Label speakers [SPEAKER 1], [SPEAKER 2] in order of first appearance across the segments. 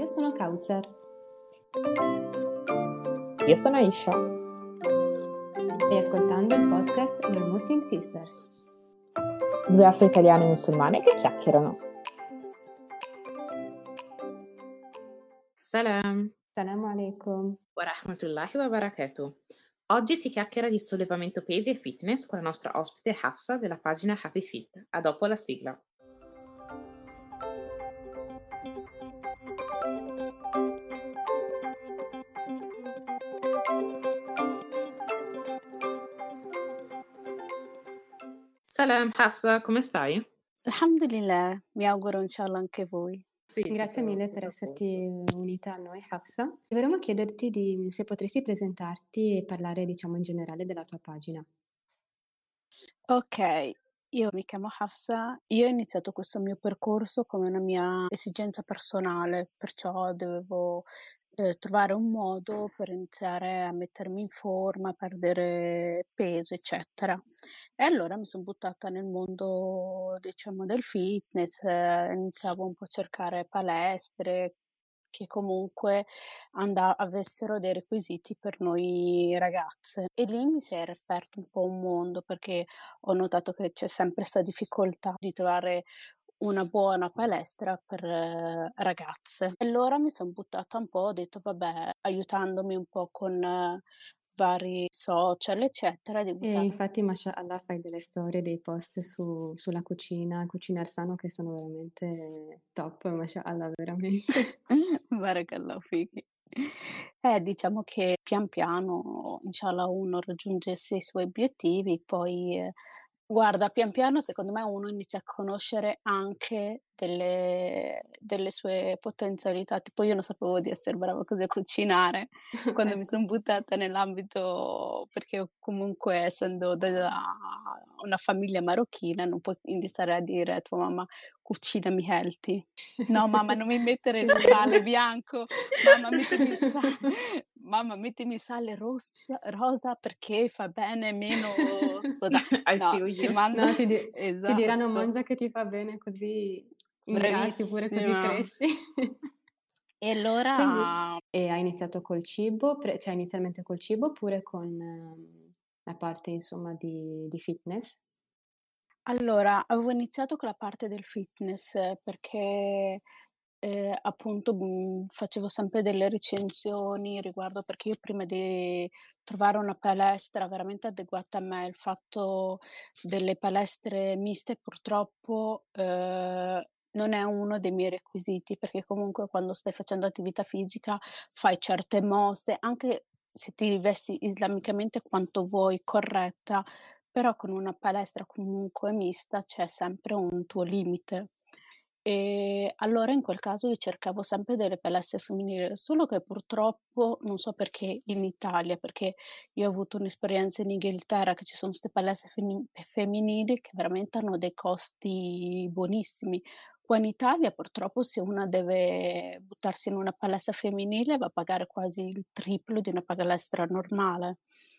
[SPEAKER 1] io sono Kautsar.
[SPEAKER 2] Io sono Aisha.
[SPEAKER 1] Stai ascoltando il podcast Your Muslim Sisters.
[SPEAKER 2] Due afro-italiane musulmane che chiacchierano.
[SPEAKER 3] Salam
[SPEAKER 1] Assalamu alaikum.
[SPEAKER 3] wa rahmatullahi wa barakatuh. Oggi si chiacchiera di sollevamento pesi e fitness con la nostra ospite Hafsa della pagina Happy Fit. A dopo la sigla. Salam Hafsa, come stai?
[SPEAKER 4] Alhamdulillah, mi auguro inshallah anche voi.
[SPEAKER 3] Sì,
[SPEAKER 1] Grazie mille per esserti unita a noi, Hafsa. Vorremmo chiederti se potresti presentarti e parlare, diciamo, in generale della tua pagina.
[SPEAKER 4] Ok, io mi chiamo Hafsa, io ho iniziato questo mio percorso come una mia esigenza personale, perciò dovevo trovare un modo per iniziare a mettermi in forma, perdere peso, eccetera. E allora mi sono buttata nel mondo, diciamo, del fitness, iniziavo un po' a cercare palestre che comunque avessero dei requisiti per noi ragazze. E lì mi si è aperto un po' un mondo perché ho notato che c'è sempre questa difficoltà di trovare una buona palestra per ragazze. E allora mi sono buttata un po', ho detto vabbè, aiutandomi un po' con vari social, eccetera, di
[SPEAKER 1] E
[SPEAKER 4] buttare.
[SPEAKER 1] infatti, mashallah, fai delle storie, dei post sulla cucina, cucinar sano, che sono veramente top, mashallah, veramente.
[SPEAKER 4] Barakallahu fiki. Diciamo che pian piano, inshallah, uno raggiungesse i suoi obiettivi, poi guarda, pian piano secondo me uno inizia a conoscere anche delle sue potenzialità. Tipo io non sapevo di essere brava così a cucinare quando mi
[SPEAKER 1] Ecco.
[SPEAKER 4] son buttata nell'ambito perché comunque essendo da una famiglia marocchina non puoi iniziare a dire a tua mamma: "Cucinami healthy". "No mamma, non mi mettere
[SPEAKER 1] Sì,
[SPEAKER 4] il
[SPEAKER 1] vero.
[SPEAKER 4] sale bianco, mamma mettimi il sale rosa perché fa bene, meno soda".
[SPEAKER 3] I
[SPEAKER 4] No,
[SPEAKER 3] feel
[SPEAKER 4] ti
[SPEAKER 3] you.
[SPEAKER 4] mando
[SPEAKER 1] No, ti diranno
[SPEAKER 4] esatto,
[SPEAKER 1] mangia che ti fa bene, così ingrassi pure, così
[SPEAKER 4] bravissima.
[SPEAKER 1] cresci.
[SPEAKER 4] E allora
[SPEAKER 1] Quindi hai iniziato col cibo, cioè inizialmente col cibo oppure con la parte insomma di fitness?
[SPEAKER 4] Allora, avevo iniziato con la parte del fitness perché, appunto, facevo sempre delle recensioni riguardo perché io prima di trovare una palestra veramente adeguata a me, il fatto delle palestre miste purtroppo, non è uno dei miei requisiti, perché comunque quando stai facendo attività fisica fai certe mosse, anche se ti vesti islamicamente quanto vuoi corretta, però con una palestra comunque mista c'è sempre un tuo limite. Allora in quel caso io cercavo sempre delle palestre femminili, solo che purtroppo, non so perché in Italia, perché io ho avuto un'esperienza in Inghilterra che ci sono 'ste palestre femminili che veramente hanno dei costi buonissimi. Qua in Italia purtroppo se una deve buttarsi in una palestra femminile va a pagare quasi il triplo di una palestra normale.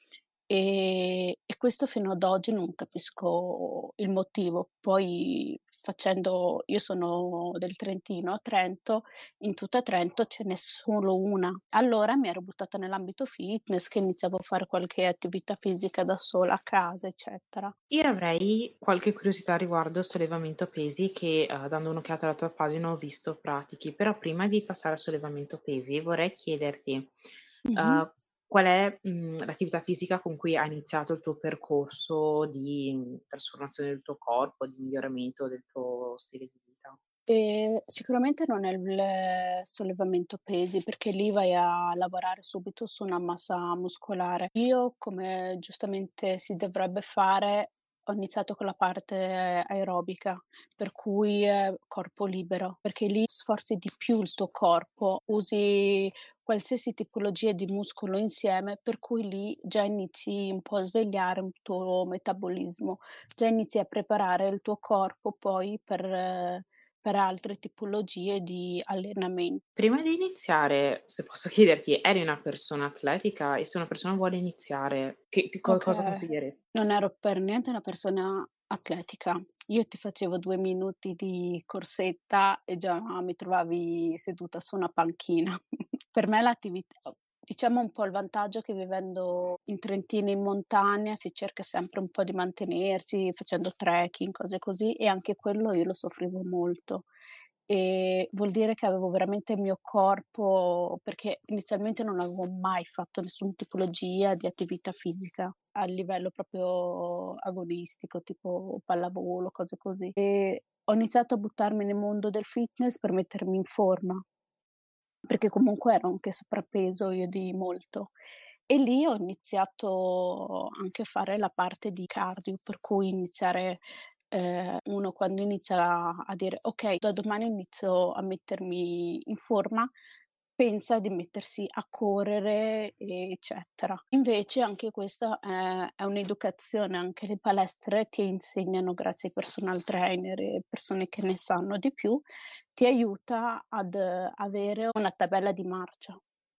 [SPEAKER 4] E questo fino ad oggi non capisco il motivo. Poi io sono del Trentino, a Trento, in tutta Trento ce n'è solo una. Allora mi ero buttata nell'ambito fitness, che iniziavo a fare qualche attività fisica da sola a casa, eccetera.
[SPEAKER 3] Io avrei qualche curiosità riguardo il sollevamento pesi che, dando un'occhiata alla tua pagina ho visto pratichi, però prima di passare al sollevamento pesi vorrei chiederti,
[SPEAKER 4] Mh-mh.
[SPEAKER 3] qual è, l'attività fisica con cui hai iniziato il tuo percorso di, trasformazione del tuo corpo, di miglioramento del tuo stile di vita?
[SPEAKER 4] Sicuramente non è il sollevamento pesi, perché lì vai a lavorare subito su una massa muscolare. Io, come giustamente si dovrebbe fare, ho iniziato con la parte aerobica, per cui corpo libero, perché lì sforzi di più il tuo corpo, usi qualsiasi tipologia di muscolo insieme, per cui lì già inizi un po' a svegliare il tuo metabolismo, già inizi a preparare il tuo corpo poi per altre tipologie di allenamenti.
[SPEAKER 3] Prima di iniziare, se posso chiederti, eri una persona atletica? E se una persona vuole iniziare, che ti cosa
[SPEAKER 4] Okay,
[SPEAKER 3] consiglieresti?
[SPEAKER 4] non ero per niente una persona atletica. Io ti facevo 2 minuti di corsetta e già mi trovavi seduta su una panchina. Per me diciamo un po' il vantaggio che vivendo in Trentino in montagna si cerca sempre un po' di mantenersi facendo trekking, cose così, e anche quello io lo soffrivo molto. Vuol dire che avevo veramente il mio corpo perché inizialmente non avevo mai fatto nessun tipologia di attività fisica a livello proprio agonistico, tipo pallavolo, cose così. Ho iniziato a buttarmi nel mondo del fitness per mettermi in forma, perché comunque ero anche sovrappeso io di molto. E lì ho iniziato anche a fare la parte di cardio, per cui iniziare uno quando inizia a dire: "Okay, da domani inizio a mettermi in forma", pensa di mettersi a correre, eccetera. Invece anche questa è un'educazione, anche le palestre ti insegnano, grazie ai personal trainer e persone che ne sanno di più, ti aiuta ad avere una tabella di marcia.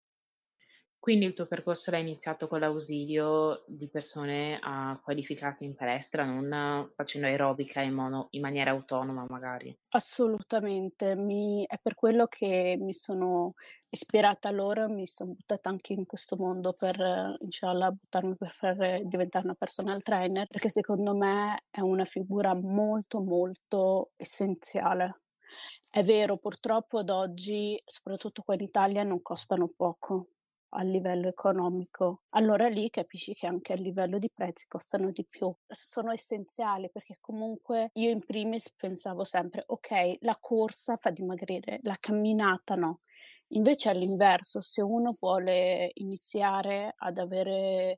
[SPEAKER 3] Quindi il tuo percorso l'hai iniziato con l'ausilio di persone, qualificate in palestra, non facendo aerobica in maniera autonoma magari.
[SPEAKER 4] Assolutamente, è per quello che mi sono ispirata a loro e mi son buttata anche in questo mondo per, inshallah, buttarmi per fare diventare una personal trainer, perché secondo me è una figura molto, molto essenziale. È vero, purtroppo ad oggi, soprattutto qua in Italia, non costano poco a livello economico. Allora lì capisci che anche a livello di prezzi costano di più. Sono essenziali perché comunque io in primis pensavo sempre: "Okay, la corsa fa dimagrire, la camminata no". Invece all'inverso, se uno vuole iniziare ad avere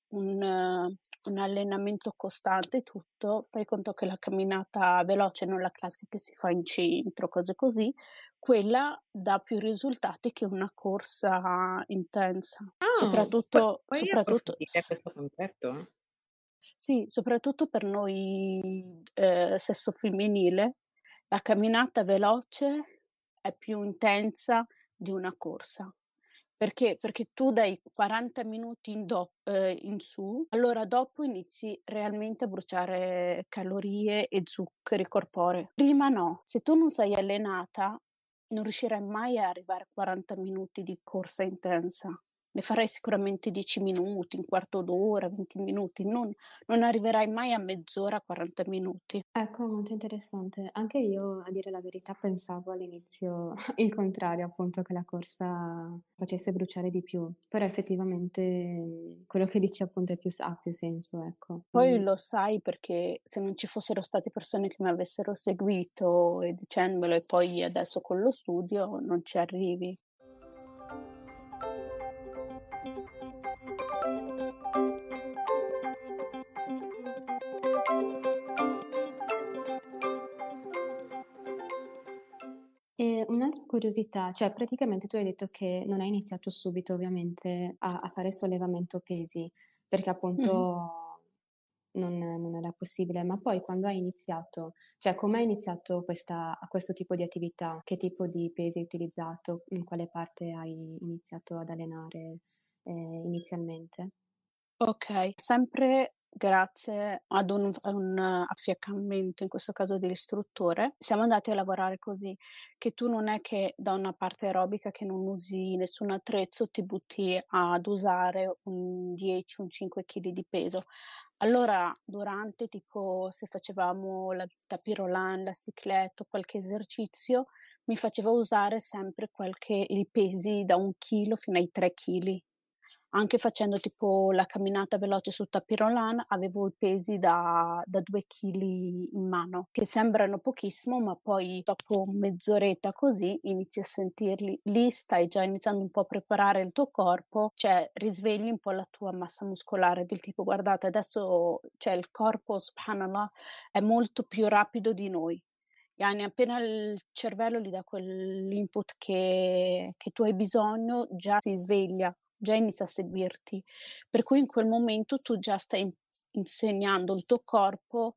[SPEAKER 4] un allenamento costante e tutto, fai conto che la camminata veloce, non la classica che si fa in centro, cose così, quella dà più risultati che una corsa intensa.
[SPEAKER 3] Puoi
[SPEAKER 4] Soprattutto
[SPEAKER 3] approfondire questo concetto?
[SPEAKER 4] sì, soprattutto per noi, sesso femminile, la camminata veloce è più intensa di una corsa. Perché? Perché tu dai 40 minuti in su, allora dopo inizi realmente a bruciare calorie e zuccheri corporei. Prima no. Se tu non sei allenata, non riuscirai mai a arrivare a 40 minuti di corsa intensa. Ne farai sicuramente 10 minuti, un quarto d'ora, 20 minuti, non arriverai mai a mezz'ora, 40 minuti.
[SPEAKER 1] Ecco, molto interessante. Anche io, a dire la verità, pensavo all'inizio il contrario, appunto, che la corsa facesse bruciare di più, però effettivamente, quello che dici appunto è ha più senso, ecco.
[SPEAKER 4] Poi lo sai perché se non ci fossero state persone che mi avessero seguito e dicendolo e poi adesso con lo studio non ci arrivi.
[SPEAKER 1] E un'altra curiosità, cioè praticamente tu hai detto che non hai iniziato subito ovviamente a fare sollevamento pesi, perché
[SPEAKER 4] Mh-mh.
[SPEAKER 1] appunto non era possibile, ma poi quando hai iniziato, cioè come hai iniziato questo tipo di attività? Che tipo di pesi hai utilizzato? In quale parte hai iniziato ad allenare, inizialmente?
[SPEAKER 4] Okay, sempre grazie ad un affiancamento, in questo caso dell'istruttore, siamo andati a lavorare così, che tu non è che da una parte aerobica che non usi nessun attrezzo ti butti ad usare un 10, un 5 chili di peso. Allora durante tipo se facevamo la tapis roulant, la cyclette o qualche esercizio, mi faceva usare sempre i pesi da 1 chilo fino ai 3 chili. Anche facendo tipo la camminata veloce sul tapis roulant avevo i pesi da 2 chili in mano, che sembrano pochissimo, ma poi dopo mezz'oretta così inizi a sentirli. Lì stai già iniziando un po' a preparare il tuo corpo, cioè risvegli un po' la tua massa muscolare, del tipo: "Guardate adesso cioè il corpo subhanallah è molto più rapido di noi". Yani appena il cervello gli dà quell'input che tu hai bisogno, già si sveglia, già inizia a seguirti. Per cui in quel momento tu già stai insegnando il tuo corpo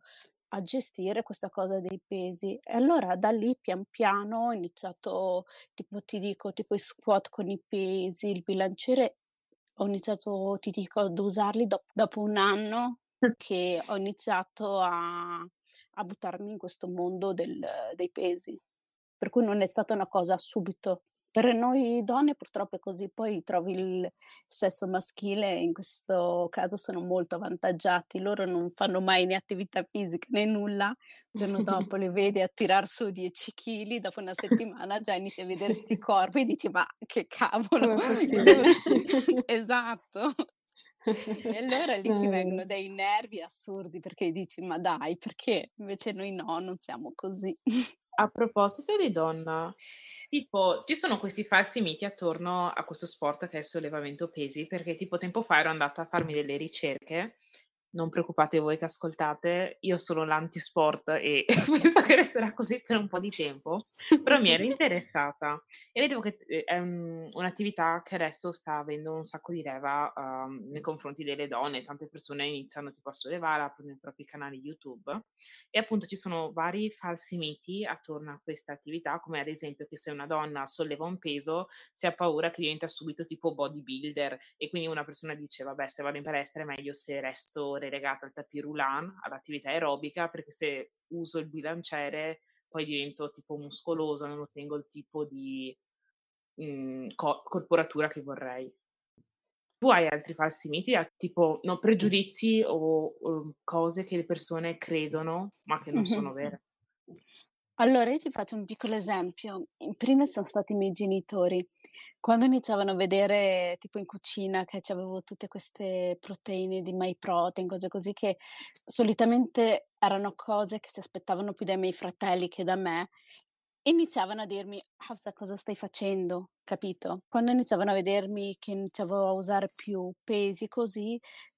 [SPEAKER 4] a gestire questa cosa dei pesi. E allora da lì pian piano ho iniziato, tipo ti dico, tipo i squat con i pesi, il bilanciere, ho iniziato, ti dico, ad usarli dopo 1 anno che ho iniziato a buttarmi in questo mondo dei pesi. Per cui non è stata una cosa subito. Per noi donne purtroppo è così, poi trovi il sesso maschile, in questo caso sono molto avvantaggiati. Loro non fanno mai né attività fisica né nulla, il giorno dopo li vedi a tirar su 10 chili, dopo una settimana già inizi a vedere 'sti corpi e dici: "Ma che cavolo,
[SPEAKER 1] Com'è possibile?
[SPEAKER 4] dove" esatto. E allora lì
[SPEAKER 1] No,
[SPEAKER 4] ti
[SPEAKER 1] è vero.
[SPEAKER 4] vengono dei nervi assurdi perché dici: "Ma dai, perché?" Invece noi no, non siamo così.
[SPEAKER 3] A proposito di donna, tipo ci sono questi falsi miti attorno a questo sport che è il sollevamento pesi, perché tipo tempo fa ero andata a farmi delle ricerche, non preoccupate voi che ascoltate, io sono l'antisport e penso che resterà così per un po' di tempo, però mi ero interessata e vedevo che, è un'attività che adesso sta avendo un sacco di leva, nei confronti delle donne, tante persone iniziano tipo a sollevare, aprono i propri canali YouTube e appunto ci sono vari falsi miti attorno a questa attività, come ad esempio che se una donna solleva un peso si ha paura che diventa subito tipo bodybuilder e quindi una persona dice: "Vabbè, se vado in palestra è meglio se resto relegata al tapis roulant, all'attività aerobica, perché se uso il bilanciere poi divento tipo muscolosa, non ottengo il tipo di, corporatura che vorrei." Tu hai altri falsi miti, tipo no, pregiudizi o, cose che le persone credono, ma che non
[SPEAKER 4] Mh-mh.
[SPEAKER 3] sono vere?
[SPEAKER 4] Allora, io ti faccio un piccolo esempio. In primis son stati i miei genitori. Quando iniziavano a vedere tipo in cucina che c'avevo tutte queste proteine di MyProtein, cose così che solitamente erano cose che si aspettavano più dai miei fratelli che da me, iniziavano a dirmi: "Hafsa, cosa stai facendo?" Capito? Quando iniziavano a vedermi che iniziavo a usare più pesi così,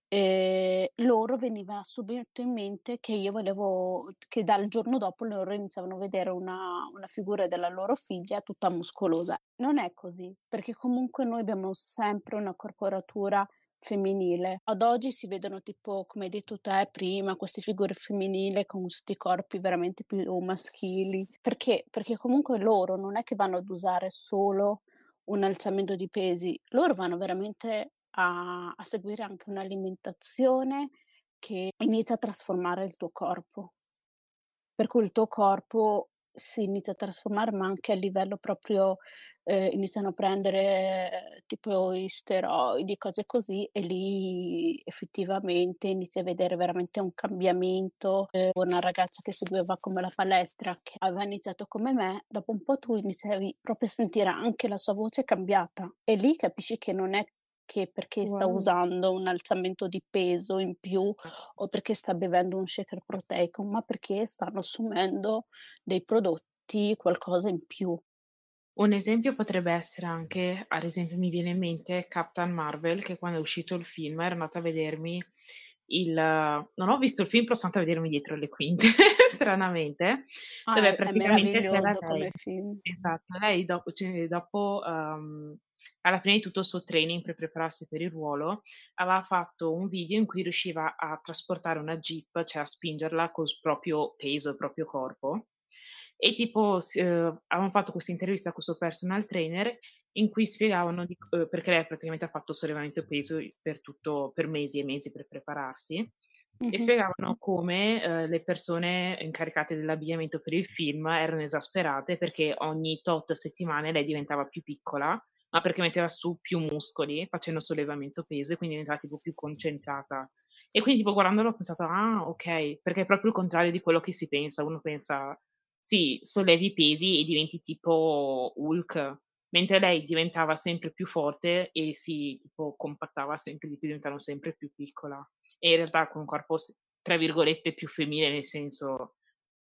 [SPEAKER 4] loro veniva subito in mente che io volevo che dal giorno dopo loro iniziavano a vedere una figura della loro figlia tutta muscolosa. Non è così, perché comunque noi abbiamo sempre una corporatura femminile. Ad oggi si vedono tipo, come hai detto te prima, queste figure femminili con 'sti corpi veramente più maschili. Perché comunque loro non è che vanno ad usare solo un alzamento di pesi, loro vanno veramente a seguire anche un'alimentazione che inizia a trasformare il tuo corpo. Per cui il tuo corpo si inizia a trasformare, ma anche a livello proprio iniziano a prendere tipo i steroidi, cose così, e lì effettivamente inizi a vedere veramente un cambiamento. Una ragazza che seguiva come la palestra, che aveva iniziato come me, dopo un po' tu iniziavi proprio a sentire anche la sua voce cambiata e lì capisci che non è che perché sta
[SPEAKER 1] Wow.
[SPEAKER 4] usando un alzamento di peso in più o perché sta bevendo un shaker proteico, ma perché stanno assumendo dei prodotti, qualcosa in più.
[SPEAKER 3] Un esempio potrebbe essere anche, ad esempio mi viene in mente Captain Marvel, che quando è uscito il film ero andata a vedermi non ho visto il film, però sono andata a vedermi dietro le quinte stranamente,
[SPEAKER 4] Ah,
[SPEAKER 3] dove
[SPEAKER 4] è
[SPEAKER 3] praticamente c'era
[SPEAKER 4] meraviglioso
[SPEAKER 3] lei
[SPEAKER 4] come film.
[SPEAKER 3] esatto, lei dopo, alla fine di tutto il suo training per prepararsi per il ruolo, aveva fatto un video in cui riusciva a trasportare una jeep, cioè a spingerla col proprio peso, il proprio corpo. E tipo avevan fatto questa intervista a questo personal trainer in cui spiegavano perché lei praticamente ha fatto sollevamento peso per mesi e mesi per prepararsi, e
[SPEAKER 4] Mh-mh.
[SPEAKER 3] spiegavano come, le persone incaricate dell'abbigliamento per il film erano esasperate perché ogni tot settimane lei diventava più piccola, ma perché metteva su più muscoli facendo sollevamento peso e quindi diventava tipo più concentrata. E quindi tipo guardandolo ho pensato: "Ah okay", perché è proprio il contrario di quello che si pensa. Uno pensa: "Sì, sollevi i pesi e diventi tipo Hulk", mentre lei diventava sempre più forte e si tipo compattava sempre di più, diventando sempre più piccola. E in realtà con un corpo tra virgolette "più femminile", nel senso,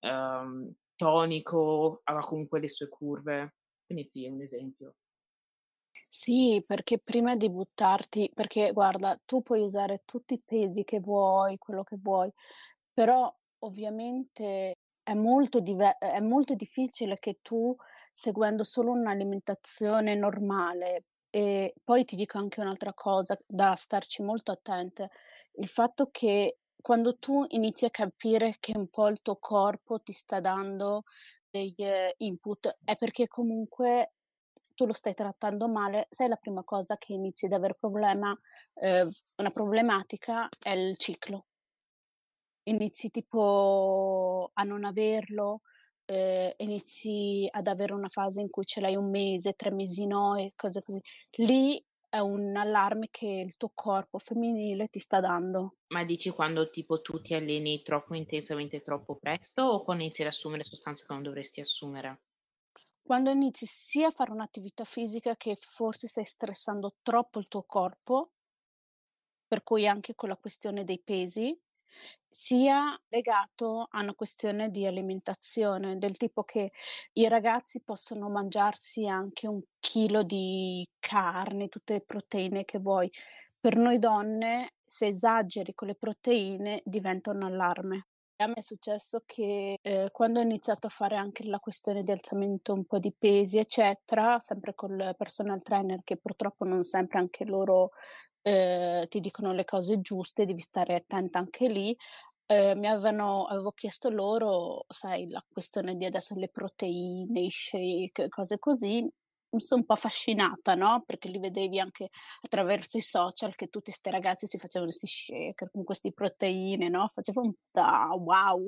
[SPEAKER 3] tonico, aveva comunque le sue curve. Quindi sì, è un esempio.
[SPEAKER 4] Sì, perché prima di buttarti perché guarda, tu puoi usare tutti i pesi che vuoi, quello che vuoi, però ovviamente è molto difficile che tu, seguendo solo un'alimentazione normale e poi ti dico anche un'altra cosa da starci molto attente, il fatto che quando tu inizi a capire che un po' il tuo corpo ti sta dando degli input, è perché comunque tu lo stai trattando male, sai la prima cosa che inizi ad aver una problematica è il ciclo. Inizi tipo a non averlo, inizi ad avere una fase in cui ce l'hai 1 mese, 3 mesi no e cose così. Lì è un allarme che il tuo corpo femminile ti sta dando.
[SPEAKER 3] Ma dici quando tipo tu ti alleni troppo intensamente troppo presto o quando inizi ad assumere sostanze che non dovresti assumere?
[SPEAKER 4] Quando inizi sia a fare un'attività fisica che forse stai stressando troppo il tuo corpo, per cui anche con la questione dei pesi, sia legato a una questione di alimentazione, del tipo che i ragazzi possono mangiarsi anche 1 chilo di carne, tutte le proteine che vuoi. Per noi donne, se esageri con le proteine, diventa un allarme. A me è successo che, quando ho iniziato a fare anche la questione di alzamento un po' di pesi, eccetera, sempre col personal trainer che purtroppo non sempre anche loro, ti dicono le cose giuste, devi stare attenta anche lì. Avevo chiesto loro, sai, la questione di adesso le proteine, i shake, cose così. Mi son un po' affascinata, no, perché li vedevi anche attraverso i social che tutti 'ste ragazzi si facevano 'sti shaker con questi proteine, no, facevo un "da wow".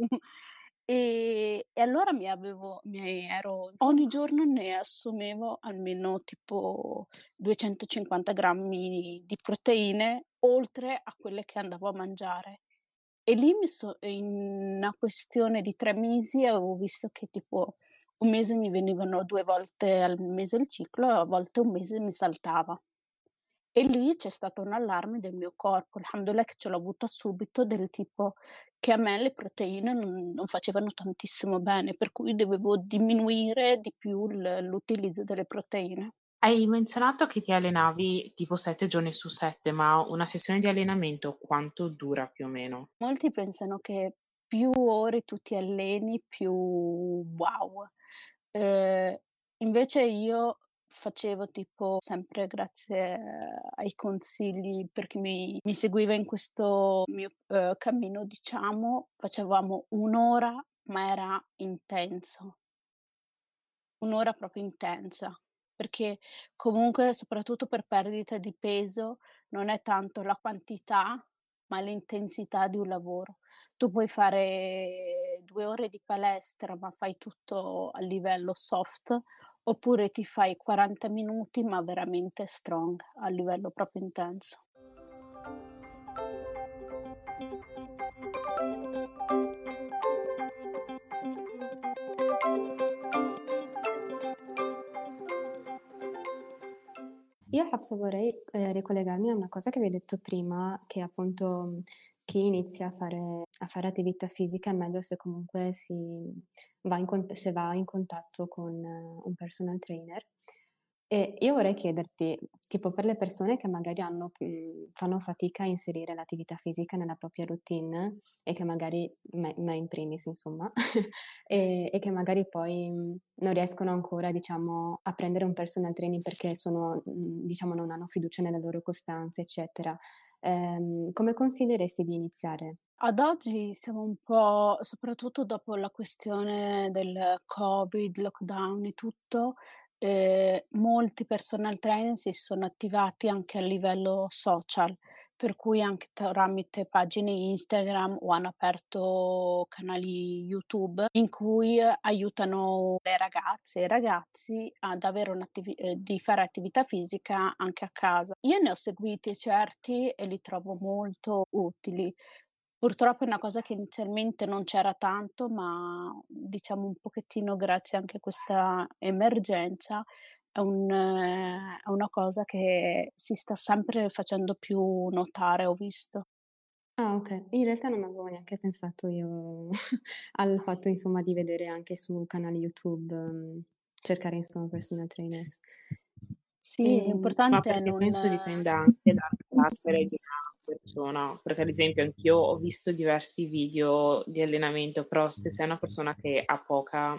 [SPEAKER 4] E allora mi ero ogni giorno ne assumevo almeno tipo 250 grammi di proteine, oltre a quelle che andavo a mangiare. E lì in una questione di 3 mesi avevo visto che tipo 1 mese mi venivano 2 volte al mese il ciclo, a volte 1 mese mi saltava. E lì c'è stato un allarme del mio corpo, alhamdulillah che ce l'ho avuta subito, del tipo che a me le proteine non facevano tantissimo bene, per cui dovevo diminuire di più l'utilizzo delle proteine.
[SPEAKER 3] Hai menzionato che ti allenavi tipo 7 giorni su 7, ma una sessione di allenamento quanto dura più o meno?
[SPEAKER 4] Molti pensano che più ore tu ti alleni più wow. Ehm, Invece io facevo tipo sempre grazie ai consigli per chi mi seguiva in questo mio, cammino diciamo, facevamo 1 ora, ma era intenso. 1 ora proprio intensa, perché comunque soprattutto per perdita di peso non è tanto la quantità, ma l'intensità di un lavoro. Tu puoi fare 2 ore di palestra, ma fai tutto a livello soft, oppure ti fai 40 minuti, ma veramente strong, a livello proprio intenso.
[SPEAKER 1] Io Hafsa vorrei, ricollegarmi a una cosa che avevi detto prima, che appunto, chi inizia a fare attività fisica è meglio se comunque se va in contatto con un personal trainer. E io vorrei chiederti, tipo per le persone che magari fanno fatica a inserire l'attività fisica nella propria routine e che magari me in primis insomma, e che magari poi, non riescono ancora, diciamo, a prendere un personal training perché diciamo non hanno fiducia nelle loro costanze, eccetera. Come consiglieresti di iniziare?
[SPEAKER 4] Ad oggi siamo un po' soprattutto dopo la questione del Covid, lockdown e tutto, molti personal trainer si sono attivati anche a livello social, per cui anche tramite pagine Instagram o hanno aperto canali YouTube in cui aiutano le ragazze e i ragazzi ad avere di fare attività fisica anche a casa. Io ne ho seguiti certi e li trovo molto utili. Purtroppo è una cosa che inizialmente non c'era tanto, ma diciamo un pochettino grazie anche a questa emergenza è una cosa che si sta sempre facendo più notare, ho visto.
[SPEAKER 1] Ah, okay. In realtà non avevo neanche pensato io al fatto insomma di vedere anche su canali YouTube, cercare insomma personal trainers.
[SPEAKER 4] Sì,
[SPEAKER 3] Ma
[SPEAKER 4] l'importante è
[SPEAKER 3] perché
[SPEAKER 4] non
[SPEAKER 3] penso dipenda anche dal carattere di una persona, perché ad esempio anch'io ho visto diversi video di allenamento, però se sei una persona che ha poca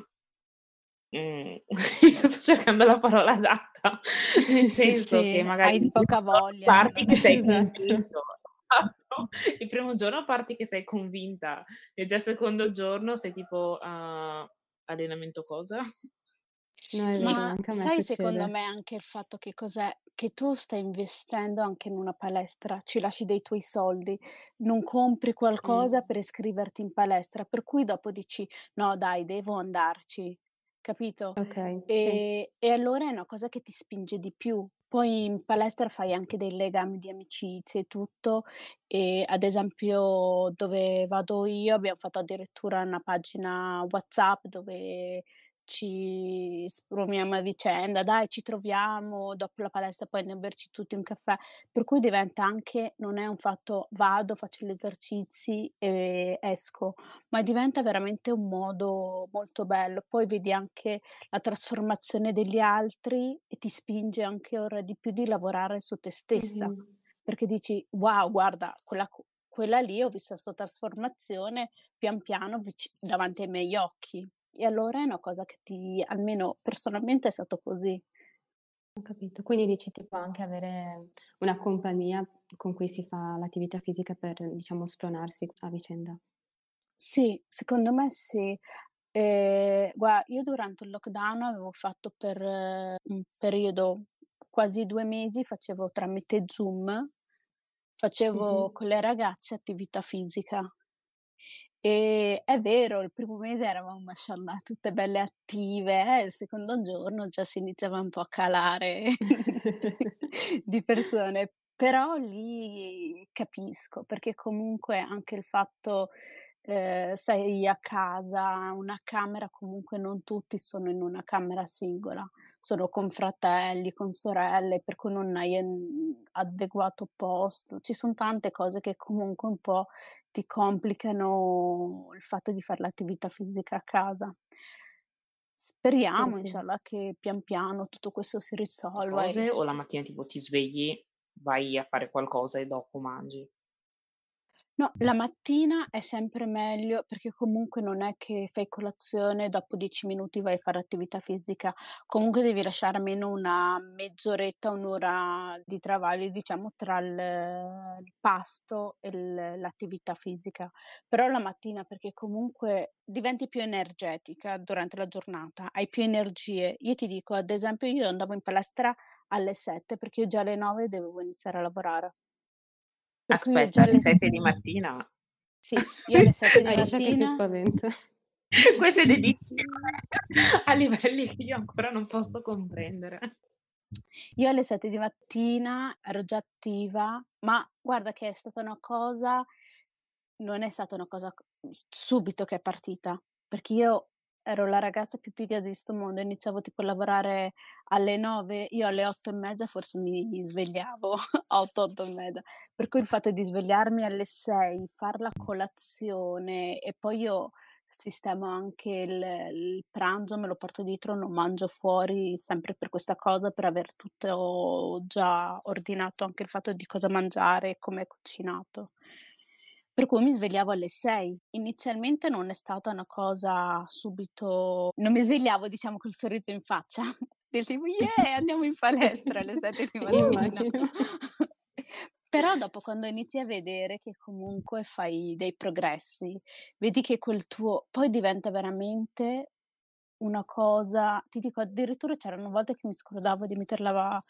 [SPEAKER 3] sto cercando la parola adatta, nel senso che
[SPEAKER 4] sì,
[SPEAKER 3] magari
[SPEAKER 4] hai poca voglia,
[SPEAKER 3] parti
[SPEAKER 4] non
[SPEAKER 3] che sei
[SPEAKER 1] Esatto.
[SPEAKER 3] convinto, Esatto. Il primo giorno parti che sei convinta e già il secondo giorno sei tipo: allenamento cosa?"
[SPEAKER 1] No, è vero,
[SPEAKER 4] Ma
[SPEAKER 1] anche a me
[SPEAKER 4] sai secondo
[SPEAKER 1] succede.
[SPEAKER 4] me anche il fatto che cos'è? Che tu stai investendo anche in una palestra, ci lasci dei tuoi soldi, non compri qualcosa per iscriverti in palestra, per cui dopo dici: "No dai, devo andarci", capito?
[SPEAKER 1] Okay, sì.
[SPEAKER 4] E allora è una cosa che ti spinge di più. Poi in palestra fai anche dei legami di amicizie e tutto, e ad esempio dove vado io abbiam fatto addirittura una pagina WhatsApp dove ci spromiamo a vicenda: "Dai, ci troviamo dopo la palestra, poi andiam a berci tutti un caffè." Per cui diventa anche non è un fatto: vado, faccio gli esercizi e esco, ma diventa veramente un modo molto bello. Poi vedi anche la trasformazione degli altri e ti spinge anche ora di più di lavorare su te stessa,
[SPEAKER 1] Mh-mh.
[SPEAKER 4] perché dici: "Wow, guarda quella lì ho visto 'sta trasformazione pian piano davanti ai miei occhi." E allora è una cosa che ti almeno personalmente è stato così.
[SPEAKER 1] Ho capito. Quindi dici tipo anche avere una compagnia con cui si fa l'attività fisica per, diciamo, spronarsi a vicenda.
[SPEAKER 4] Sì, secondo me sì. Io durante il lockdown avevo fatto per un periodo quasi 2 mesi, facevo tramite Zoom,
[SPEAKER 1] Mh-mh.
[SPEAKER 4] facevo con le ragazze attività fisica. È vero, il primo mese eravamo mashallah tutte belle attive, il secondo giorno già si iniziava un po' a calare di persone, però lì capisco, perché comunque anche il fatto, sei a casa, una camera comunque non tutti sono in una camera singola, sono con fratelli, con sorelle, per cui non hai, adeguato posto. Ci son tante cose che comunque un po' ti complicano il fatto di far l'attività fisica a casa.
[SPEAKER 1] Sì,
[SPEAKER 4] Speriamo
[SPEAKER 1] sì.
[SPEAKER 4] inshallah che pian piano tutto questo si risolva e
[SPEAKER 3] Cose o la mattina tipo ti svegli, vai a fare qualcosa e dopo mangi?
[SPEAKER 4] no, la mattina è sempre meglio perché comunque non è che fai colazione e dopo 10 minuti vai a fare attività fisica. Comunque devi lasciare almeno una mezz'oretta, un'ora di travaglio, diciamo, tra il pasto e l'attività fisica. Però la mattina perché comunque diventi più energetica durante la giornata, hai più energie. Io ti dico, ad esempio, io andavo in palestra alle 7 perché io già alle 9 dovevo iniziare a lavorare. Per cui io
[SPEAKER 3] Aspetta,
[SPEAKER 4] già
[SPEAKER 3] alle
[SPEAKER 4] alle
[SPEAKER 3] 7
[SPEAKER 4] s
[SPEAKER 3] di mattina?
[SPEAKER 4] sì, io alle 7 di
[SPEAKER 1] Aisha che si
[SPEAKER 4] mattina
[SPEAKER 1] spaventa.
[SPEAKER 3] Questa è dedizione a livelli che io ancora non posso comprendere.
[SPEAKER 4] io alle 7 di mattina ero già attiva, ma guarda che è stata una cosa non è stata una cosa subito che è partita, perché io ero la ragazza più pigra di 'sto mondo, iniziavo tipo a lavorare alle 9, io alle 8 e mezza forse mi svegliavo, 8, 8 e mezza. Per cui il fatto di svegliarmi alle 6, far la colazione e poi io sistemo anche il pranzo, me lo porto dietro, non mangio fuori sempre per questa cosa, per aver tutto già ordinato, anche il fatto di cosa mangiare e come è cucinato. Per cui mi svegliavo alle 6. Inizialmente non è stata una cosa subito non mi svegliavo diciamo col sorriso in faccia, del tipo: "Yeah, andiamo in palestra alle 7 di mattina."
[SPEAKER 1] Immagino.
[SPEAKER 4] Però dopo quando inizi a vedere che comunque fai dei progressi, vedi che quel tuo poi diventa veramente una cosa ti dico addirittura c'erano volte che mi scordavo di metter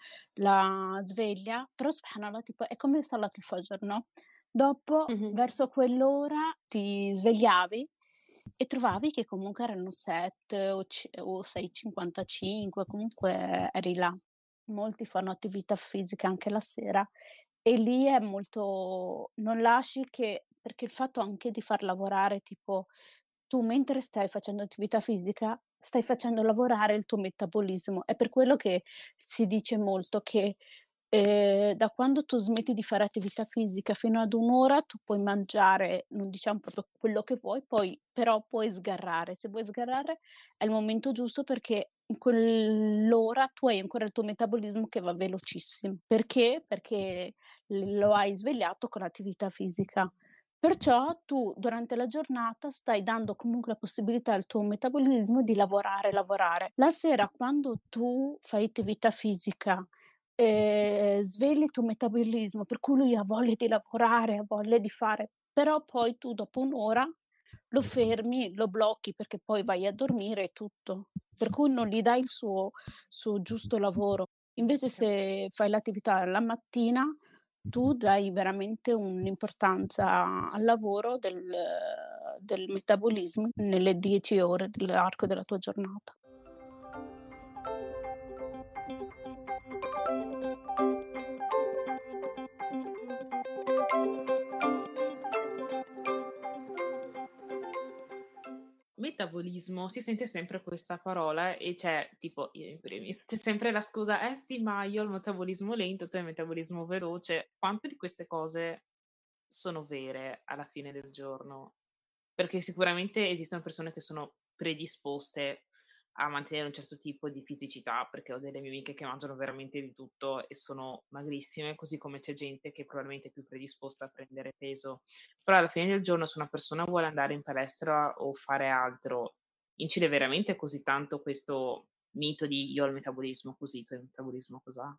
[SPEAKER 4] la sveglia, però subhanallah tipo è come salat al-fajr, no, dopo
[SPEAKER 1] Mh-mh.
[SPEAKER 4] verso quell'ora ti svegliavi e trovavi che comunque erano 7 o 6:55, comunque eri là. Molti fanno attività fisica anche la sera e lì è molto non lasci che perché il fatto anche di far lavorare tipo tu mentre stai facendo attività fisica, stai facendo lavorare il tuo metabolismo. È per quello che si dice molto che, da quando tu smetti di fare attività fisica fino ad 1 ora, tu puoi mangiare, non diciamo proprio quello che vuoi, poi però puoi sgarrare. Se vuoi sgarrare è il momento giusto perché in quell'ora tu hai ancora il tuo metabolismo che va velocissimo. Perché? Perché lo hai svegliato con l'attività fisica. Perciò tu durante la giornata stai dando comunque la possibilità al tuo metabolismo di lavorare, lavorare. La sera quando tu fai attività fisica svegli il tuo metabolismo, per cui lui ha voglia di lavorare, ha voglia di fare, però poi tu dopo 1 ora lo fermi, lo blocchi perché poi vai a dormire e tutto. Per cui non gli dai il suo giusto lavoro. Invece se fai l'attività la mattina, tu dai veramente un'importanza al lavoro del metabolismo nelle 10 ore dell'arco della tua giornata.
[SPEAKER 3] Metabolismo, si sente sempre questa parola e c'è tipo io in primis, c'è sempre la scusa: "Eh sì, ma io ho il metabolismo lento, tu hai il metabolismo veloce." Quante di queste cose sono vere alla fine del giorno? Perché sicuramente esistono persone che sono predisposte a mantenere un certo tipo di fisicità, perché ho delle mie amiche che mangiano veramente di tutto e sono magrissime, così come c'è gente che probabilmente è più predisposta a prendere peso. Però alla fine del giorno se una persona vuole andare in palestra o fare altro, incide veramente così tanto questo mito di: "Io ho il metabolismo così, tu hai il metabolismo cosà"?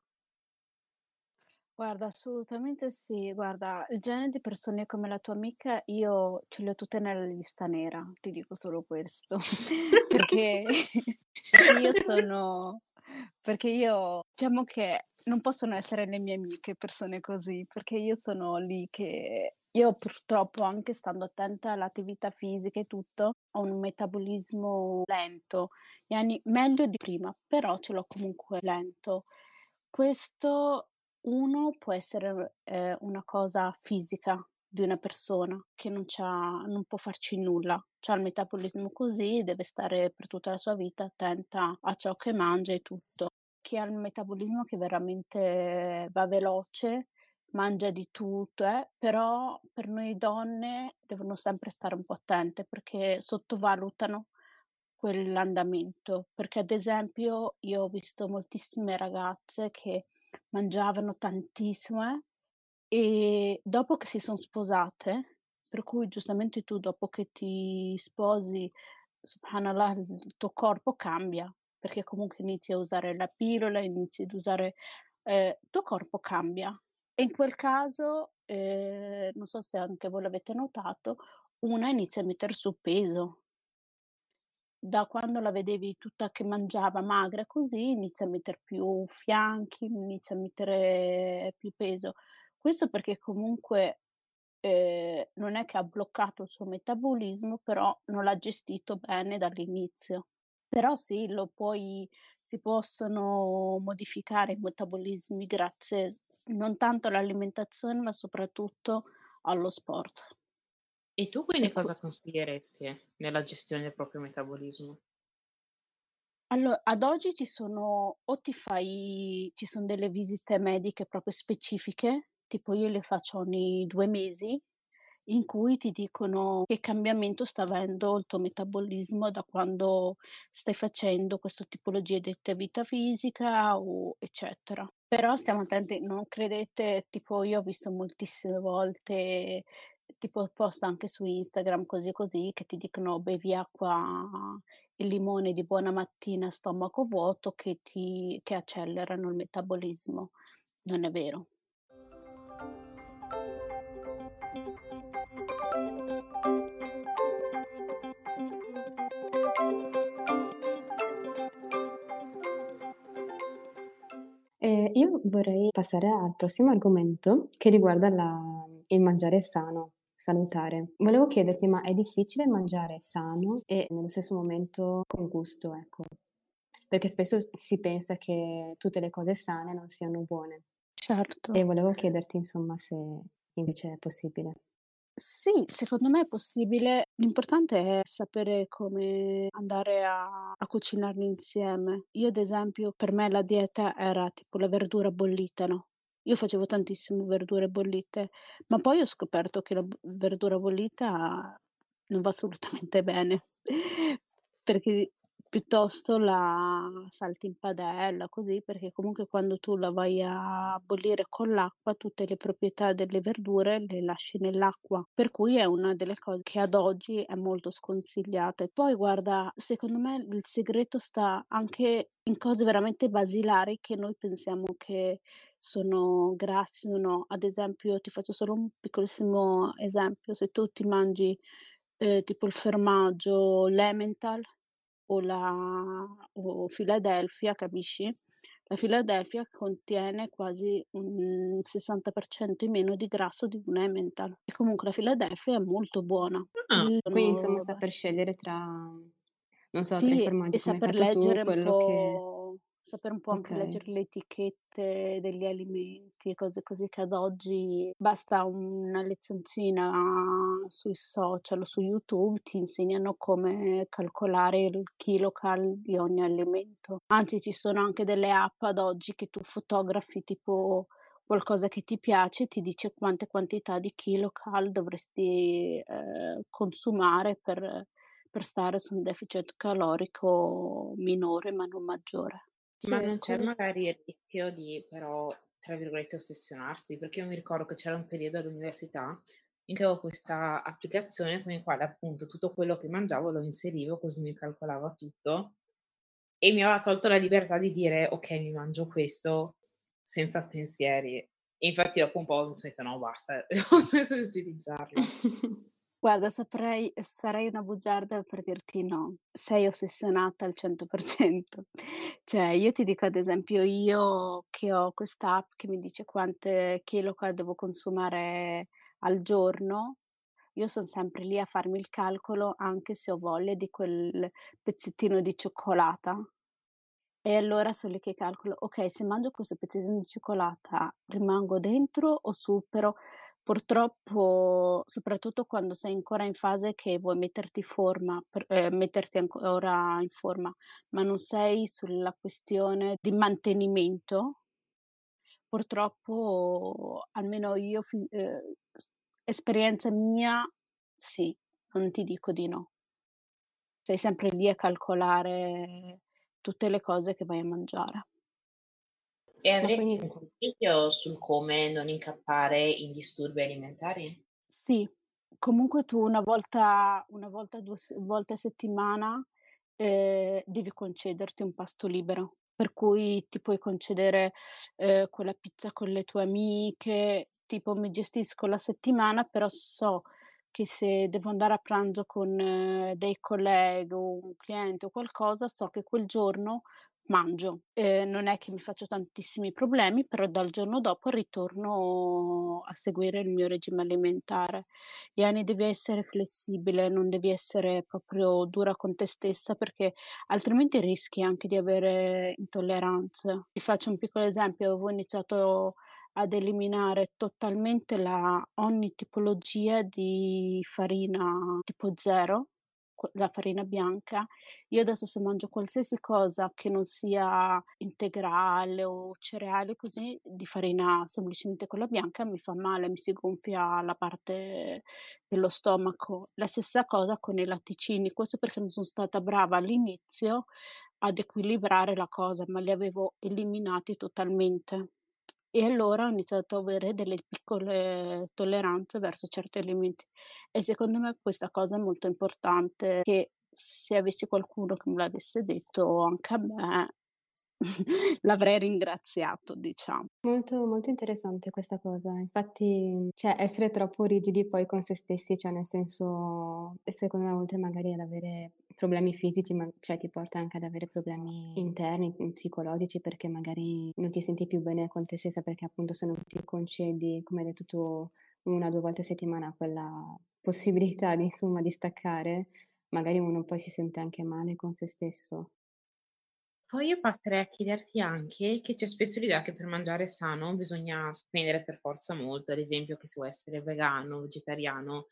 [SPEAKER 4] Guarda, assolutamente sì. Guarda, il genere di persone come la tua amica io ce le ho tutte nella lista nera, ti dico solo questo. Perché perché io sono perché io diciamo che non possono essere le mie amiche persone così, perché io sono lì che io purtroppo, anche stando attenta all'attività fisica e tutto, ho un metabolismo lento, yani meglio di prima, però ce l'ho comunque lento. Questo uno può essere, una cosa fisica di una persona che non può farci nulla. C'ha il metabolismo così, deve stare per tutta la sua vita attenta a ciò che mangia e tutto. Chi ha il metabolismo che veramente va veloce, mangia di tutto, però per noi donne devono sempre stare un po' attente perché sottovalutano quell'andamento. Perché ad esempio io ho visto moltissime ragazze che mangiavano tantissimo, e dopo che si son sposate, per cui giustamente tu dopo che ti sposi, subhanallah, il tuo corpo cambia, perché comunque inizi a usare la pillola, inizi ad usare il tuo corpo cambia. E in quel caso, non so se anche voi l'avete notato, una inizia a metter su peso. Da quando la vedevi tutta che mangiava magra così, inizia a metter più fianchi, inizia a mettere più peso. Questo perché comunque, non è che ha bloccato il suo metabolismo, però non l'ha gestito bene dall'inizio. Però sì, lo puoi si possono modificare i metabolismi grazie non tanto all'alimentazione, ma soprattutto allo sport.
[SPEAKER 3] E tu
[SPEAKER 4] E
[SPEAKER 3] quindi
[SPEAKER 4] que
[SPEAKER 3] cosa consiglieresti nella gestione del proprio metabolismo?
[SPEAKER 4] Ad oggi ci son delle visite mediche proprio specifiche, tipo io le faccio ogni 2 mesi, in cui ti dicono che cambiamento sta avendo il tuo metabolismo da quando stai facendo questo tipologia di attività fisica o eccetera. Però stiamo attenti, non credete tipo io ho visto moltissime volte, tipo post anche su Instagram così, così, che ti dicono: "Bevi acqua e limone di buona mattina a stomaco vuoto che accelerano il metabolismo." Non è vero.
[SPEAKER 1] Io vorrei passare al prossimo argomento che riguarda il mangiare sano, salutare. Volevo chiederti, ma è difficile mangiare sano e nello stesso momento con gusto, ecco? Perché spesso si pensa che tutte le cose sane non siano buone
[SPEAKER 4] Certo.
[SPEAKER 1] e volevo chiederti insomma se invece è possibile.
[SPEAKER 4] Sì, secondo me è possibile. L'importante è sapere come andare a cucinarli insieme. Io ad esempio, per me la dieta era tipo la verdura bollita, no, io facevo tantissimo verdure bollite, ma poi ho scoperto che la verdura bollita non va assolutamente bene, perché piuttosto la salti in padella, così, perché comunque quando tu la vai a bollire con l'acqua, tutte le proprietà delle verdure le lasci nell'acqua, per cui è una delle cose che ad oggi è molto sconsigliata. E poi guarda, secondo me il segreto sta anche in cose veramente basilari che noi pensiamo che sono grassi o no. Ad esempio, ti faccio solo un piccolissimo esempio: se tu ti mangi, tipo il formaggio l'Emmental o Philadelphia, capisci? La Philadelphia contiene quasi un 60% in meno di grasso di un Emmental e comunque la Philadelphia è molto buona.
[SPEAKER 3] Ah,
[SPEAKER 1] Quindi insomma
[SPEAKER 4] Sono
[SPEAKER 1] saper scegliere tra, non so, tra i
[SPEAKER 4] Sì,
[SPEAKER 1] formaggi
[SPEAKER 4] e
[SPEAKER 1] come hai fatto tu, quello che
[SPEAKER 4] saper un po' anche
[SPEAKER 1] okay.
[SPEAKER 4] leggere le etichette degli alimenti e cose così, che ad oggi basta una lezioncina sui social o su YouTube, ti insegnano come calcolare il kilocal di ogni alimento. Anzi, ci sono anche delle app ad oggi che tu fotografi tipo qualcosa che ti piace, ti dice quante quantità di kilocal dovresti, consumare per stare su un deficit calorico minore, ma non maggiore. Sì,
[SPEAKER 3] ma non c'è
[SPEAKER 4] cosa s
[SPEAKER 3] magari il rischio di però, tra virgolette, "ossessionarsi"? Perché io mi ricordo che c'era un periodo all'università in che avevo questa applicazione con il quale appunto tutto quello che mangiavo lo inserivo, così mi calcolava tutto e mi aveva tolto la libertà di dire: "Okay, mi mangio questo", senza pensieri. E infatti dopo un po' mi son detta: "No basta", ho smesso di utilizzarla.
[SPEAKER 4] Guarda, sarei una bugiarda per dirti no. Sei ossessionata al 100%. Cioè, io ti dico ad esempio io che ho quest'app che mi dice quante kilocal devo consumare al giorno, io son sempre lì a farmi il calcolo anche se ho voglia di quel pezzettino di cioccolata. E allora son lì che calcolo: okay, se mangio questo pezzettino di cioccolata rimango dentro o supero? Purtroppo, soprattutto quando sei ancora in fase che vuoi metterti ancora in forma, ma non sei sulla questione di mantenimento, purtroppo almeno io s esperienza mia, sì, non ti dico di no. Sei sempre lì a calcolare tutte le cose che vai a mangiare.
[SPEAKER 3] E
[SPEAKER 1] Ma
[SPEAKER 3] avresti
[SPEAKER 1] quindi
[SPEAKER 3] un consiglio sul come non incappare in disturbi alimentari?
[SPEAKER 4] Sì, comunque tu una volta, 2 volte a settimana, devi concederti un pasto libero, per cui ti puoi concedere, quella pizza con le tue amiche, tipo mi gestisco la settimana, però so che se devo andare a pranzo con dei colleghi o un cliente o qualcosa, so che quel giorno mangio. Non è che mi faccio tantissimi problemi, però dal giorno dopo ritorno a seguire il mio regime alimentare. Yani devi essere flessibile, non devi essere proprio dura con te stessa, perché altrimenti rischi anche di avere intolleranze. Ti faccio un piccolo esempio: avevo iniziato ad eliminare totalmente ogni tipologia di farina tipo 0, la farina bianca. Io adesso se mangio qualsiasi cosa che non sia integrale o cereali così, di farina semplicemente quella bianca, mi fa male, mi si gonfia la parte dello stomaco. La stessa cosa con i latticini, questo perché non son stata brava all'inizio ad equilibrare la cosa, ma li avevo eliminati totalmente. E allora ho iniziato a avere delle piccole tolleranze verso certi alimenti. E secondo me questa cosa è molto importante, che se avessi qualcuno che me l'avesse detto anche a me, l'avrei ringraziato, diciamo.
[SPEAKER 1] molto, molto interessante questa cosa. Infatti, cioè essere troppo rigidi poi con se stessi, cioè nel senso e secondo me oltre magari ad avere problemi fisici, ma cioè ti porta anche ad avere problemi interni, psicologici, perché magari non ti senti più bene con te stessa, perché appunto se non ti concedi, come hai detto tu, 1 o 2 volte a settimana quella possibilità di insomma di staccare, magari uno poi si sente anche male con se stesso.
[SPEAKER 3] Poi io passerei a chiederti anche che c'è spesso l'idea che per mangiare sano bisogna spendere per forza molto, ad esempio che se vuoi essere vegano, vegetariano,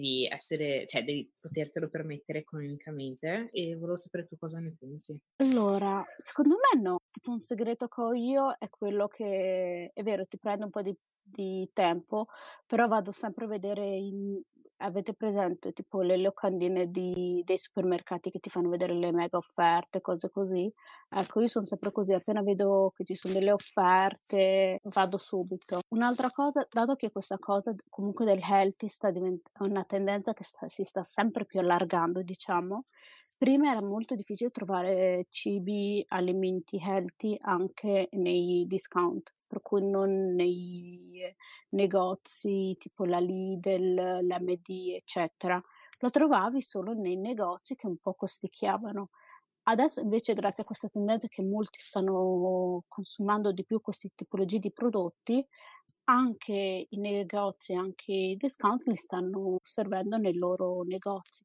[SPEAKER 3] devi potertelo permettere economicamente e volevo sapere tu cosa ne pensi.
[SPEAKER 4] Allora, secondo me no. Tipo un segreto che ho io è quello che è vero, ti prende un po' di tempo, però vado sempre a vedere avete presente tipo le locandine dei supermercati che ti fanno vedere le mega offerte, cose così? Ecco, io son sempre così, appena vedo che ci son delle offerte vado subito. Un'altra cosa, dato che questa cosa comunque del healthy sta è una tendenza che si sta sempre più allargando, diciamo, prima era molto difficile trovare cibi, alimenti healthy anche nei discount, per cui non nei negozi tipo la Lidl, l'MD, eccetera. Lo trovavi solo nei negozi che un po' costicchiavano. Adesso invece, grazie a questa tendenza che molti stanno consumando di più queste tipologie di prodotti, anche i negozi, anche i discount li stanno servendo nei loro negozi.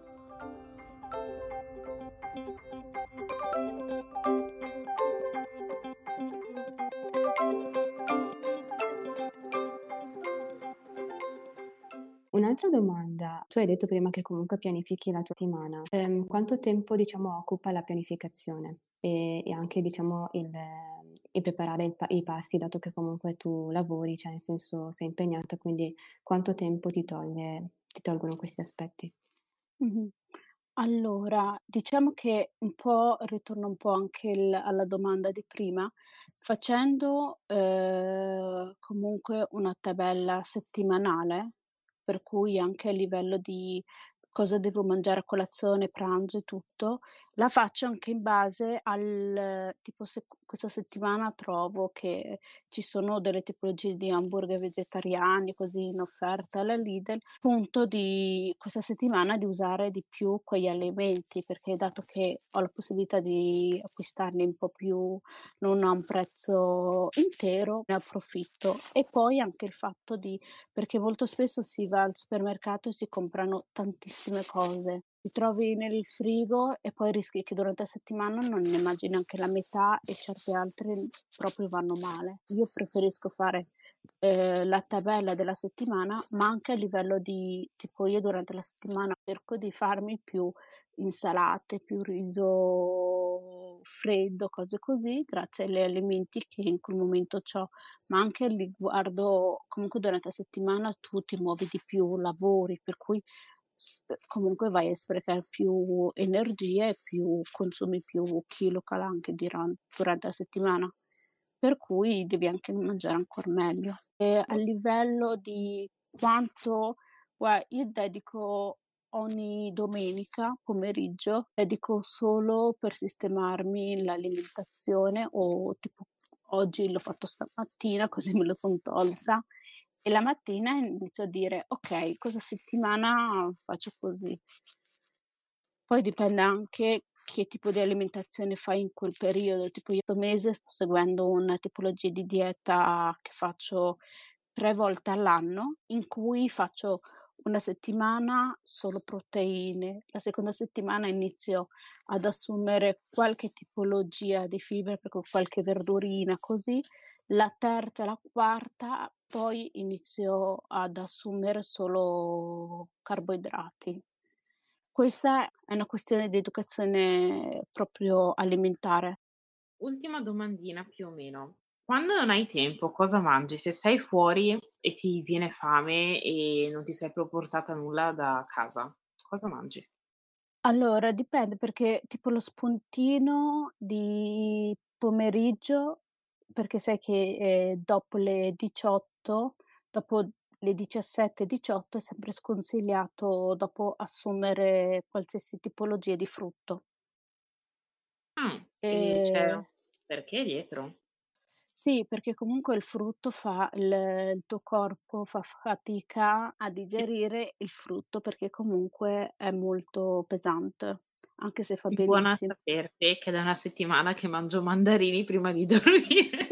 [SPEAKER 1] Un'altra domanda, tu hai detto prima che comunque pianifichi la tua settimana. Quanto tempo, diciamo, occupa la pianificazione e anche, diciamo, il preparare i pasti, dato che comunque tu lavori, cioè nel senso sei impegnata, quindi quanto tempo ti tolgono questi aspetti?
[SPEAKER 4] Mh-mh. Allora, diciamo che un po' ritorno un po' anche alla domanda di prima, facendo, comunque una tabella settimanale, per cui anche a livello di cosa devo mangiare a colazione, pranzo e tutto, la faccio anche in base al tipo se questa settimana trovo che ci sono delle tipologie di hamburger vegetariani così in offerta alla Lidl, punto di questa settimana di usare di più quegli alimenti, perché dato che ho la possibilità di acquistarli un po' più non a un prezzo intero, ne approfitto. E poi anche il fatto di perché molto spesso si va al supermercato e si comprano tantissime cose. Ti trovi nel frigo e poi rischi che durante la settimana non ne mangi neanche la metà e certe altre proprio vanno male. Io preferisco fare la tabella della settimana, ma anche a livello di tipo io durante la settimana cerco di farmi più insalate, più riso freddo, cose così, grazie agli alimenti che in quel momento c'ho, ma anche riguardo comunque durante la settimana tu ti muovi di più, lavori, per cui comunque vai a sprecare più energie e più consumi più kilocal anche durante la settimana. Per cui devi anche mangiare ancor meglio. A livello di quanto io dedico ogni domenica pomeriggio, dedico solo per sistemarmi l'alimentazione o tipo oggi l'ho fatto stamattina così me lo son tolta e la mattina inizio a dire: "Okay, questa settimana faccio così". Poi dipende anche che tipo di alimentazione fai in quel periodo, tipo io 'sto mese sto seguendo una tipologia di dieta che faccio 3 volte all'anno, in cui faccio una settimana solo proteine, la seconda settimana inizio ad assumere qualche tipologia di fibre, proprio qualche verdurina così, la terza e la quarta poi inizio ad assumere solo carboidrati. Questa è una questione di educazione proprio alimentare.
[SPEAKER 3] Ultima domandina più o meno. Quando non hai tempo, cosa mangi? Se sei fuori e ti viene fame e non ti sei proprio portata nulla da casa, cosa mangi?
[SPEAKER 4] Allora dipende perché tipo lo spuntino di pomeriggio, perché sai che, dopo le 18, dopo le 17, 18 è sempre sconsigliato dopo assumere qualsiasi tipologia di frutto.
[SPEAKER 3] Quindi c'è
[SPEAKER 4] Ehm
[SPEAKER 3] un perché dietro?
[SPEAKER 4] Sì, perché comunque il frutto fa il tuo corpo fa fatica a digerire il frutto, perché comunque è molto pesante, anche se fa
[SPEAKER 3] Buona a
[SPEAKER 4] benissimo.
[SPEAKER 3] sapersi che da una settimana che mangio mandarini prima di dormire.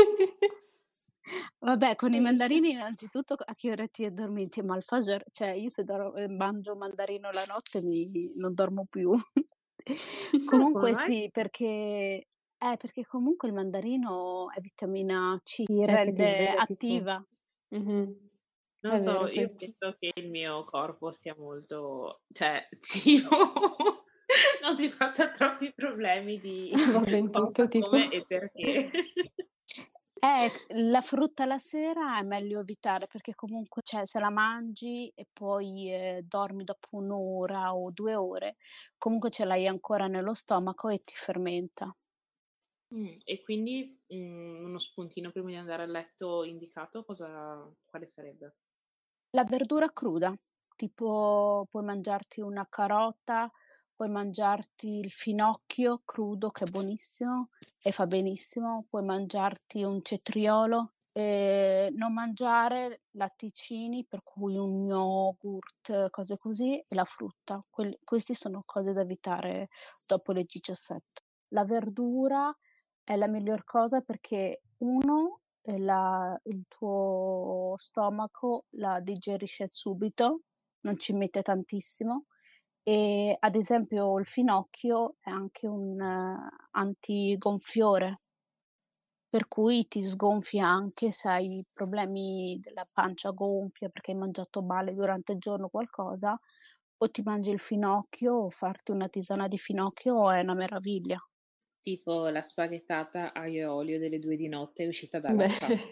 [SPEAKER 4] Vabbè, con i
[SPEAKER 1] Capisci?
[SPEAKER 4] mandarini innanzitutto a che ore ti addormenti? Ma al Fajr cioè io se mangio mandarino la notte non dormo più.
[SPEAKER 3] Ah, come
[SPEAKER 4] Comunque
[SPEAKER 3] mai?
[SPEAKER 4] sì, perché comunque il mandarino è vitamina C, ti
[SPEAKER 1] Che ti
[SPEAKER 4] rende
[SPEAKER 1] sveglia tipo.
[SPEAKER 4] attiva.
[SPEAKER 1] Mh-mh.
[SPEAKER 3] Non
[SPEAKER 1] È
[SPEAKER 3] so,
[SPEAKER 1] vero
[SPEAKER 3] io
[SPEAKER 1] questo.
[SPEAKER 3] penso che il mio corpo sia molto cioè cibo non si faccia troppi problemi di
[SPEAKER 1] Va ben tutto
[SPEAKER 3] cosa,
[SPEAKER 1] tipo.
[SPEAKER 3] come e perché.
[SPEAKER 4] La frutta la sera è meglio evitare perché comunque, cioè, se la mangi e poi, dormi dopo 1 ora o 2 ore, comunque ce l'hai ancora nello stomaco e ti fermenta.
[SPEAKER 3] E quindi, uno spuntino prima di andare a letto indicato quale sarebbe?
[SPEAKER 4] La verdura cruda, tipo puoi mangiarti una carota, puoi mangiarti il finocchio crudo che è buonissimo e fa benissimo, puoi mangiarti un cetriolo, non mangiare latticini, per cui un yogurt, cose così, e la frutta. Questi sono cose da evitare dopo le 17. La verdura è la miglior cosa perché 1 il tuo stomaco la digerisce subito, non ci mette tantissimo e ad esempio il finocchio è anche un antigonfiore, per cui ti sgonfia anche se hai problemi della pancia gonfia perché hai mangiato male durante il giorno o qualcosa, o ti mangi il finocchio o farti una tisana di finocchio è una meraviglia.
[SPEAKER 3] Tipo la spaghettata aglio e olio delle 2 di notte uscita dalla
[SPEAKER 1] Beh.
[SPEAKER 3] chat.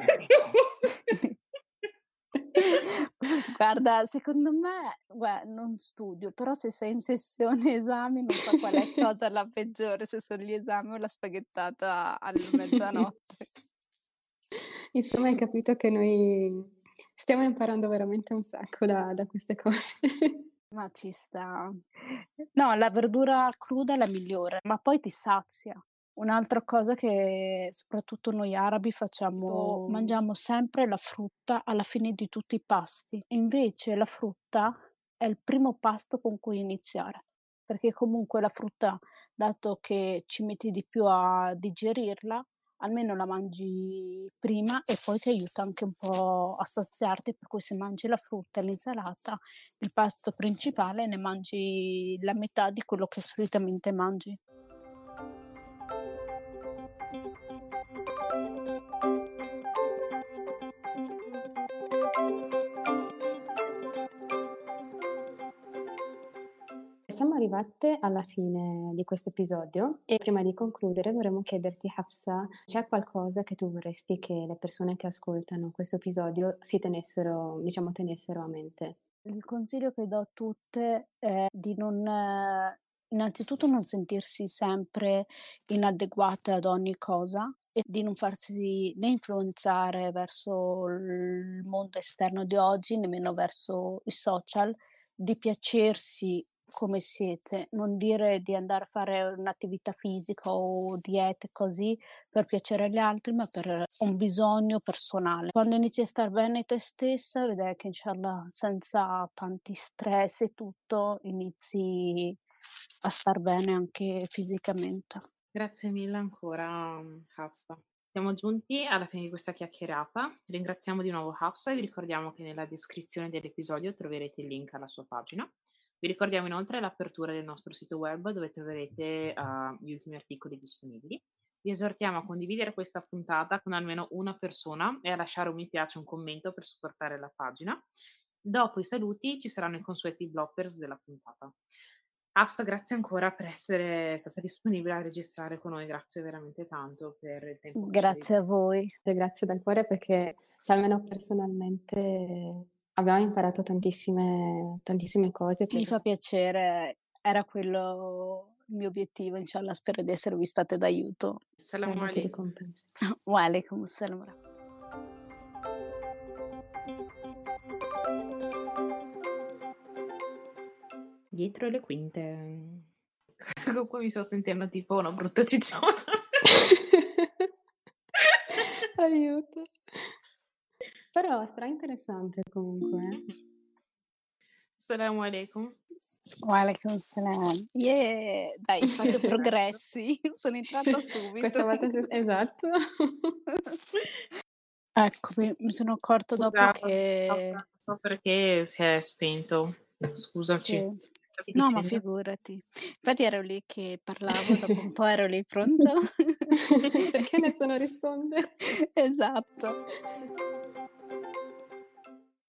[SPEAKER 4] Guarda, secondo me non studio, però se sei in sessione esami non so qual è cosa la peggiore, se son gli esami o la spaghettata mezzanotte.
[SPEAKER 1] Insomma, hai capito che noi stiamo imparando veramente un sacco da queste cose.
[SPEAKER 4] Ma ci sta. No, la verdura cruda è la migliore, ma poi ti sazia. Un'altra cosa che soprattutto noi arabi facciamo, mangiamo sempre la frutta alla fine di tutti i pasti. E invece la frutta è il primo pasto con cui iniziare, perché comunque la frutta, dato che ci metti di più a digerirla, almeno la mangi prima e poi ti aiuta anche un po' a saziarti, per cui se mangi la frutta e l'insalata, il pasto principale ne mangi la metà di quello che solitamente mangi.
[SPEAKER 1] Siamo arrivate alla fine di questo episodio e prima di concludere vorremmo chiederti, Hafsa, c'è qualcosa che tu vorresti che le persone che ascoltano questo episodio tenessero a mente?
[SPEAKER 4] Il consiglio che do a tutte è di non innanzitutto non sentirsi sempre inadeguate ad ogni cosa e di non farsi né influenzare verso il mondo esterno di oggi, nemmeno verso i social, di piacersi come siete, non dire di andare a fare un'attività fisica o diete così per piacere agli altri, ma per un bisogno personale. Quando inizi a star bene te stessa, vedrai che inshallah senza tanti stress e tutto, inizi a star bene anche fisicamente.
[SPEAKER 3] Grazie mille ancora, Hafsa. Siamo giunti alla fine di questa chiacchierata. Ringraziamo di nuovo Hafsa e vi ricordiamo che nella descrizione dell'episodio troverete il link alla sua pagina. Vi ricordiamo inoltre l'apertura del nostro sito web dove troverete gli ultimi articoli disponibili. Vi esortiamo a condividere questa puntata con almeno una persona e a lasciare un mi piace e un commento per supportare la pagina. Dopo i saluti ci saranno i consueti bloppers della puntata. Hafsa, grazie ancora per essere stata disponibile a registrare con noi, grazie veramente tanto per il tempo che ci hai
[SPEAKER 4] Grazie a voi.
[SPEAKER 1] Grazie dal cuore perché, cioè, almeno personalmente abbiamo imparato tantissime cose.
[SPEAKER 4] Mi fa piacere, era quello il mio obiettivo, inshallah spero di esservi state d'aiuto.
[SPEAKER 3] Salam
[SPEAKER 1] Allah ti
[SPEAKER 3] alaikum.
[SPEAKER 1] ricompensi.
[SPEAKER 4] Wa alaikum assalam.
[SPEAKER 3] Dietro le quinte. Qua mi sto sentendo tipo una brutta cicciona.
[SPEAKER 1] Aiuto. Però stra interessante comunque.
[SPEAKER 3] Salam alaikum.
[SPEAKER 4] Wa alaikum assalam. Yeah, dai, faccio progressi, sono entrata subito.
[SPEAKER 1] Questa volta esatto.
[SPEAKER 4] Eccomi, mi sono accorta dopo
[SPEAKER 3] Scusate,
[SPEAKER 4] che
[SPEAKER 3] non so perché si è spento. Scusaci.
[SPEAKER 4] sì.
[SPEAKER 3] Stavi
[SPEAKER 4] No, ma
[SPEAKER 3] dicendo?
[SPEAKER 4] figurati. Infatti ero lì che parlavo, dopo un po' ero lì pronta.
[SPEAKER 1] Perché nessuno risponde?
[SPEAKER 4] Esatto.